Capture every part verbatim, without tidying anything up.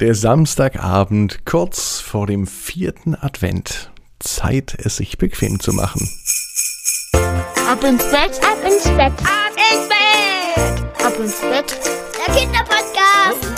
Der Samstagabend kurz vor dem vierten Advent. Zeit, es sich bequem zu machen. Ab ins Bett, ab ins Bett, ab ins Bett, ab ins Bett. Der Kinderpodcast.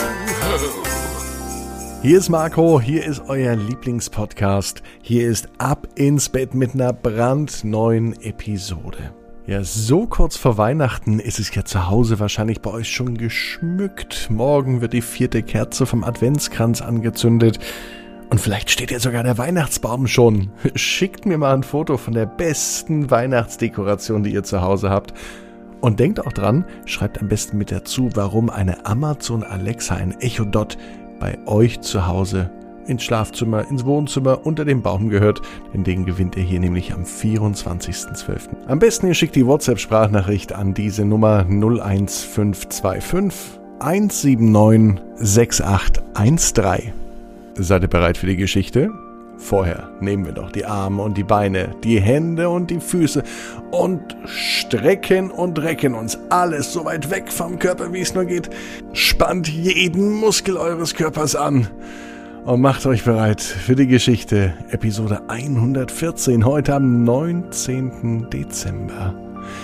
Hier ist Marco, hier ist euer Lieblingspodcast. Hier ist Ab ins Bett mit einer brandneuen Episode. Ja, so kurz vor Weihnachten ist es ja zu Hause wahrscheinlich bei euch schon geschmückt. Morgen wird die vierte Kerze vom Adventskranz angezündet. Und vielleicht steht ja sogar der Weihnachtsbaum schon. Schickt mir mal ein Foto von der besten Weihnachtsdekoration, die ihr zu Hause habt. Und denkt auch dran, schreibt am besten mit dazu, warum eine Amazon Alexa, ein Echo Dot, bei euch zu Hause ins Schlafzimmer, ins Wohnzimmer, unter dem Baum gehört, denn den gewinnt ihr hier nämlich am vierundzwanzigsten zwölften Am besten ihr schickt die WhatsApp-Sprachnachricht an diese Nummer null eins fünf zwei fünf eins sieben neun sechs acht eins drei. Seid ihr bereit für die Geschichte? Vorher nehmen wir doch die Arme und die Beine, die Hände und die Füße und strecken und recken uns alles so weit weg vom Körper, wie es nur geht. Spannt jeden Muskel eures Körpers an. Und macht euch bereit für die Geschichte, Episode hundertvierzehn, heute am neunzehnten Dezember.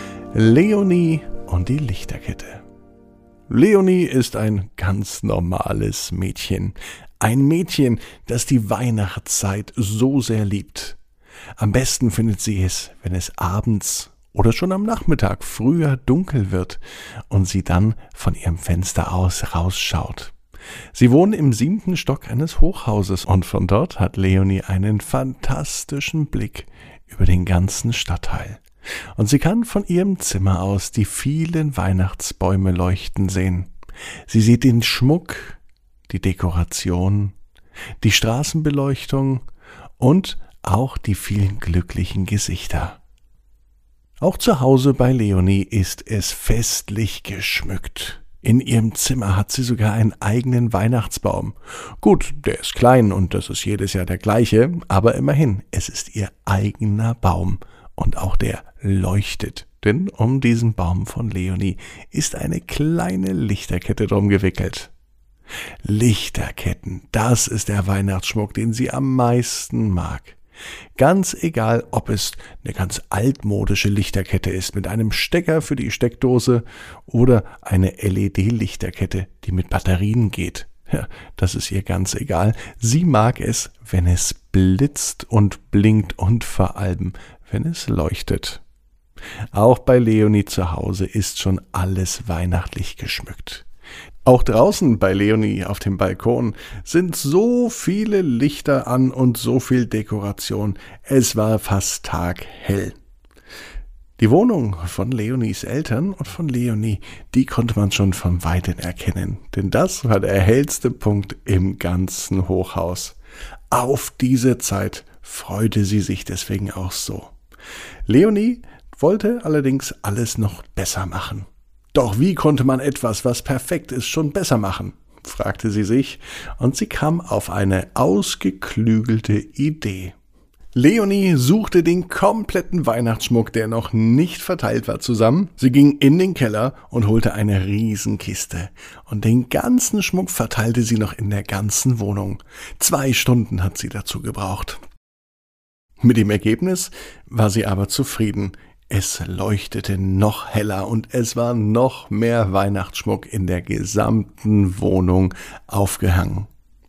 Leonie und die Lichterkette. Leonie ist ein ganz normales Mädchen. Ein Mädchen, das die Weihnachtszeit so sehr liebt. Am besten findet sie es, wenn es abends oder schon am Nachmittag früher dunkel wird und sie dann von ihrem Fenster aus rausschaut. Sie wohnen im siebten Stock eines Hochhauses und von dort hat Leonie einen fantastischen Blick über den ganzen Stadtteil. Und sie kann von ihrem Zimmer aus die vielen Weihnachtsbäume leuchten sehen. Sie sieht den Schmuck, die Dekoration, die Straßenbeleuchtung und auch die vielen glücklichen Gesichter. Auch zu Hause bei Leonie ist es festlich geschmückt. In ihrem Zimmer hat sie sogar einen eigenen Weihnachtsbaum. Gut, der ist klein und das ist jedes Jahr der gleiche, aber immerhin, es ist ihr eigener Baum und auch der leuchtet. Denn um diesen Baum von Leonie ist eine kleine Lichterkette drum gewickelt. Lichterketten, das ist der Weihnachtsschmuck, den sie am meisten mag. Ganz egal, ob es eine ganz altmodische Lichterkette ist mit einem Stecker für die Steckdose oder eine L E D-Lichterkette, die mit Batterien geht. Ja, das ist ihr ganz egal. Sie mag es, wenn es blitzt und blinkt und vor allem, wenn es leuchtet. Auch bei Leonie zu Hause ist schon alles weihnachtlich geschmückt. Auch draußen bei Leonie auf dem Balkon sind so viele Lichter an und so viel Dekoration. Es war fast taghell. Die Wohnung von Leonies Eltern und von Leonie, die konnte man schon von Weitem erkennen. Denn das war der hellste Punkt im ganzen Hochhaus. Auf diese Zeit freute sie sich deswegen auch so. Leonie wollte allerdings alles noch besser machen. Doch wie konnte man etwas, was perfekt ist, schon besser machen? Fragte sie sich, und sie kam auf eine ausgeklügelte Idee. Leonie suchte den kompletten Weihnachtsschmuck, der noch nicht verteilt war, zusammen. Sie ging in den Keller und holte eine Riesenkiste. Und den ganzen Schmuck verteilte sie noch in der ganzen Wohnung. Zwei Stunden hat sie dazu gebraucht. Mit dem Ergebnis war sie aber zufrieden. Es leuchtete noch heller und es war noch mehr Weihnachtsschmuck in der gesamten Wohnung aufgehangen.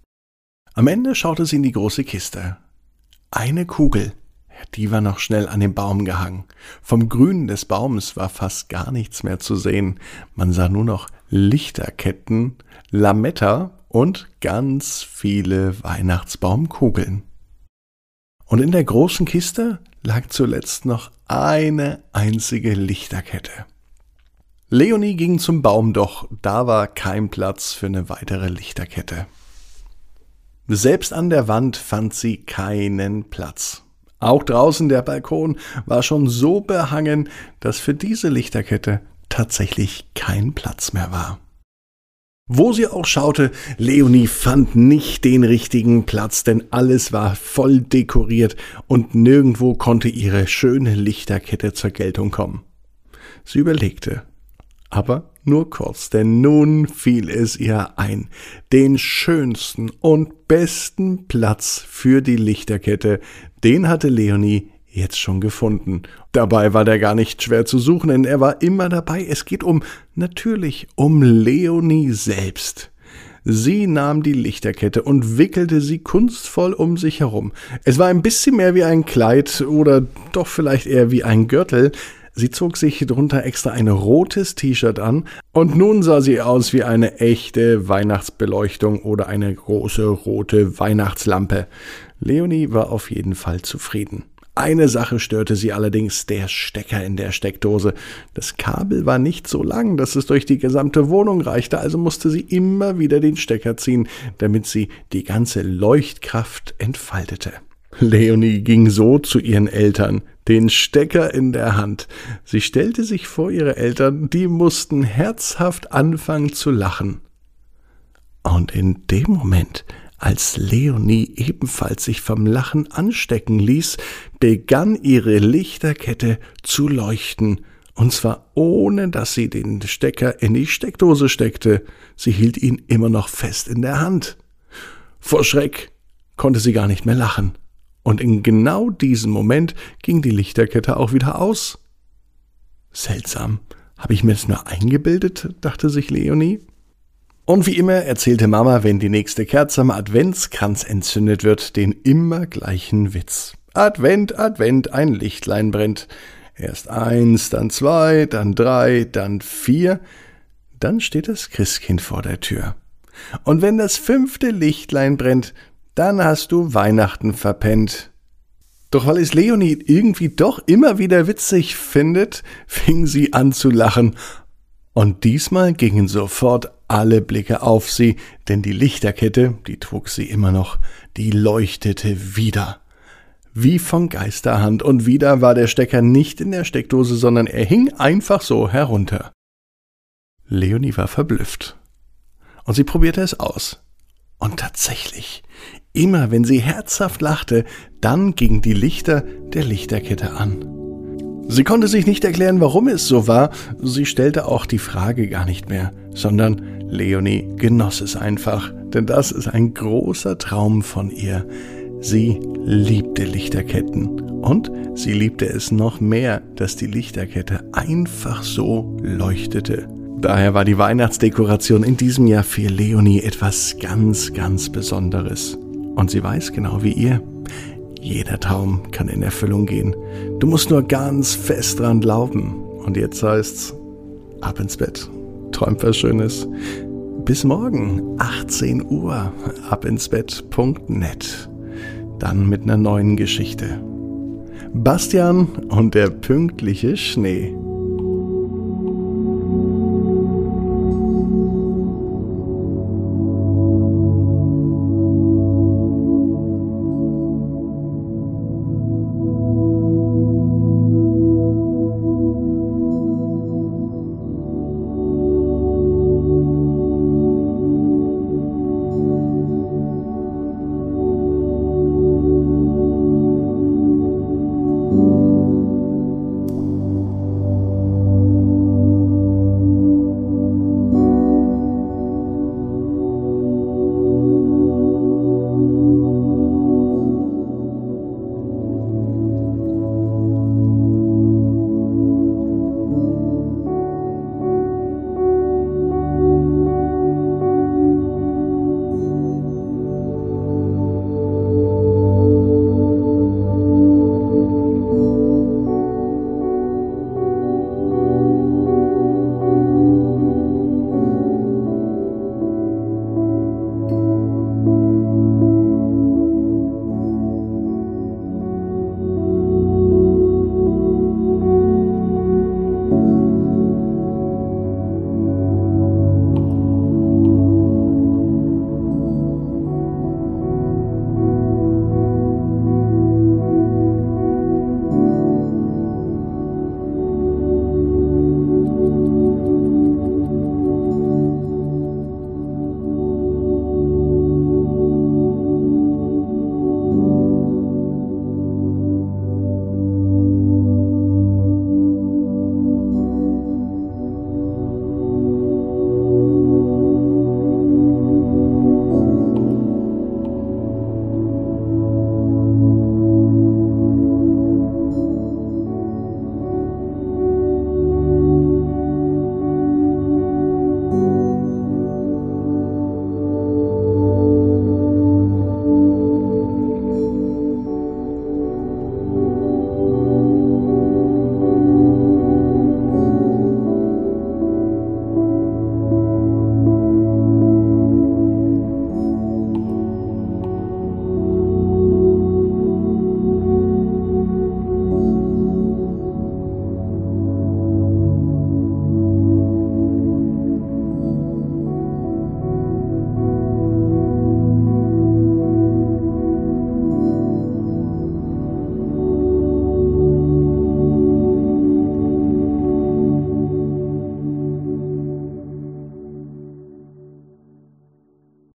Am Ende schaute sie in die große Kiste. Eine Kugel, die war noch schnell an den Baum gehangen. Vom Grün des Baums war fast gar nichts mehr zu sehen. Man sah nur noch Lichterketten, Lametta und ganz viele Weihnachtsbaumkugeln. Und in der großen Kiste lag zuletzt noch eine einzige Lichterkette. Leonie ging zum Baum, doch da war kein Platz für eine weitere Lichterkette. Selbst an der Wand fand sie keinen Platz. Auch draußen der Balkon war schon so behangen, dass für diese Lichterkette tatsächlich kein Platz mehr war. Wo sie auch schaute, Leonie fand nicht den richtigen Platz, denn alles war voll dekoriert und nirgendwo konnte ihre schöne Lichterkette zur Geltung kommen. Sie überlegte, Aber nur kurz, denn nun fiel es ihr ein, den schönsten und besten Platz für die Lichterkette, den hatte Leonie jetzt schon gefunden. Dabei war der gar nicht schwer zu suchen, denn er war immer dabei. Es geht um, natürlich, um Leonie selbst. Sie nahm die Lichterkette und wickelte sie kunstvoll um sich herum. Es war ein bisschen mehr wie ein Kleid oder doch vielleicht eher wie ein Gürtel. Sie zog sich drunter extra ein rotes T-Shirt an und nun sah sie aus wie eine echte Weihnachtsbeleuchtung oder eine große rote Weihnachtslampe. Leonie war auf jeden Fall zufrieden. Eine Sache störte sie allerdings, der Stecker in der Steckdose. Das Kabel war nicht so lang, dass es durch die gesamte Wohnung reichte, also musste sie immer wieder den Stecker ziehen, damit sie die ganze Leuchtkraft entfaltete. Leonie ging so zu ihren Eltern, den Stecker in der Hand. Sie stellte sich vor ihre Eltern, die mussten herzhaft anfangen zu lachen. Und in dem Moment, als Leonie ebenfalls sich vom Lachen anstecken ließ, begann ihre Lichterkette zu leuchten, und zwar ohne, dass sie den Stecker in die Steckdose steckte. Sie hielt ihn immer noch fest in der Hand. Vor Schreck konnte sie gar nicht mehr lachen. Und in genau diesem Moment ging die Lichterkette auch wieder aus. Seltsam, habe ich mir das nur eingebildet, dachte sich Leonie. Und wie immer erzählte Mama, wenn die nächste Kerze am Adventskranz entzündet wird, den immer gleichen Witz. Advent, Advent, ein Lichtlein brennt. Erst eins, dann zwei, dann drei, dann vier. Dann steht das Christkind vor der Tür. Und wenn das fünfte Lichtlein brennt, dann hast du Weihnachten verpennt. Doch weil es Leonie irgendwie doch immer wieder witzig findet, fing sie an zu lachen. Und diesmal gingen sofort alle Blicke auf sie, denn die Lichterkette, die trug sie immer noch, die leuchtete wieder. Wie von Geisterhand, und wieder war der Stecker nicht in der Steckdose, sondern er hing einfach so herunter. Leonie war verblüfft. Und sie probierte es aus. Und tatsächlich, immer wenn sie herzhaft lachte, dann gingen die Lichter der Lichterkette an. Sie konnte sich nicht erklären, warum es so war. Sie stellte auch die Frage gar nicht mehr, sondern Leonie genoss es einfach, denn das ist ein großer Traum von ihr. Sie liebte Lichterketten und sie liebte es noch mehr, dass die Lichterkette einfach so leuchtete. Daher war die Weihnachtsdekoration in diesem Jahr für Leonie etwas ganz, ganz Besonderes. Und sie weiß genau wie ihr, jeder Traum kann in Erfüllung gehen. Du musst nur ganz fest dran glauben. Und jetzt heißt's, ab ins Bett. Träumt was Schönes. Bis morgen, achtzehn Uhr, abinsbett punkt net. Dann mit einer neuen Geschichte. Bastian und der pünktliche Schnee.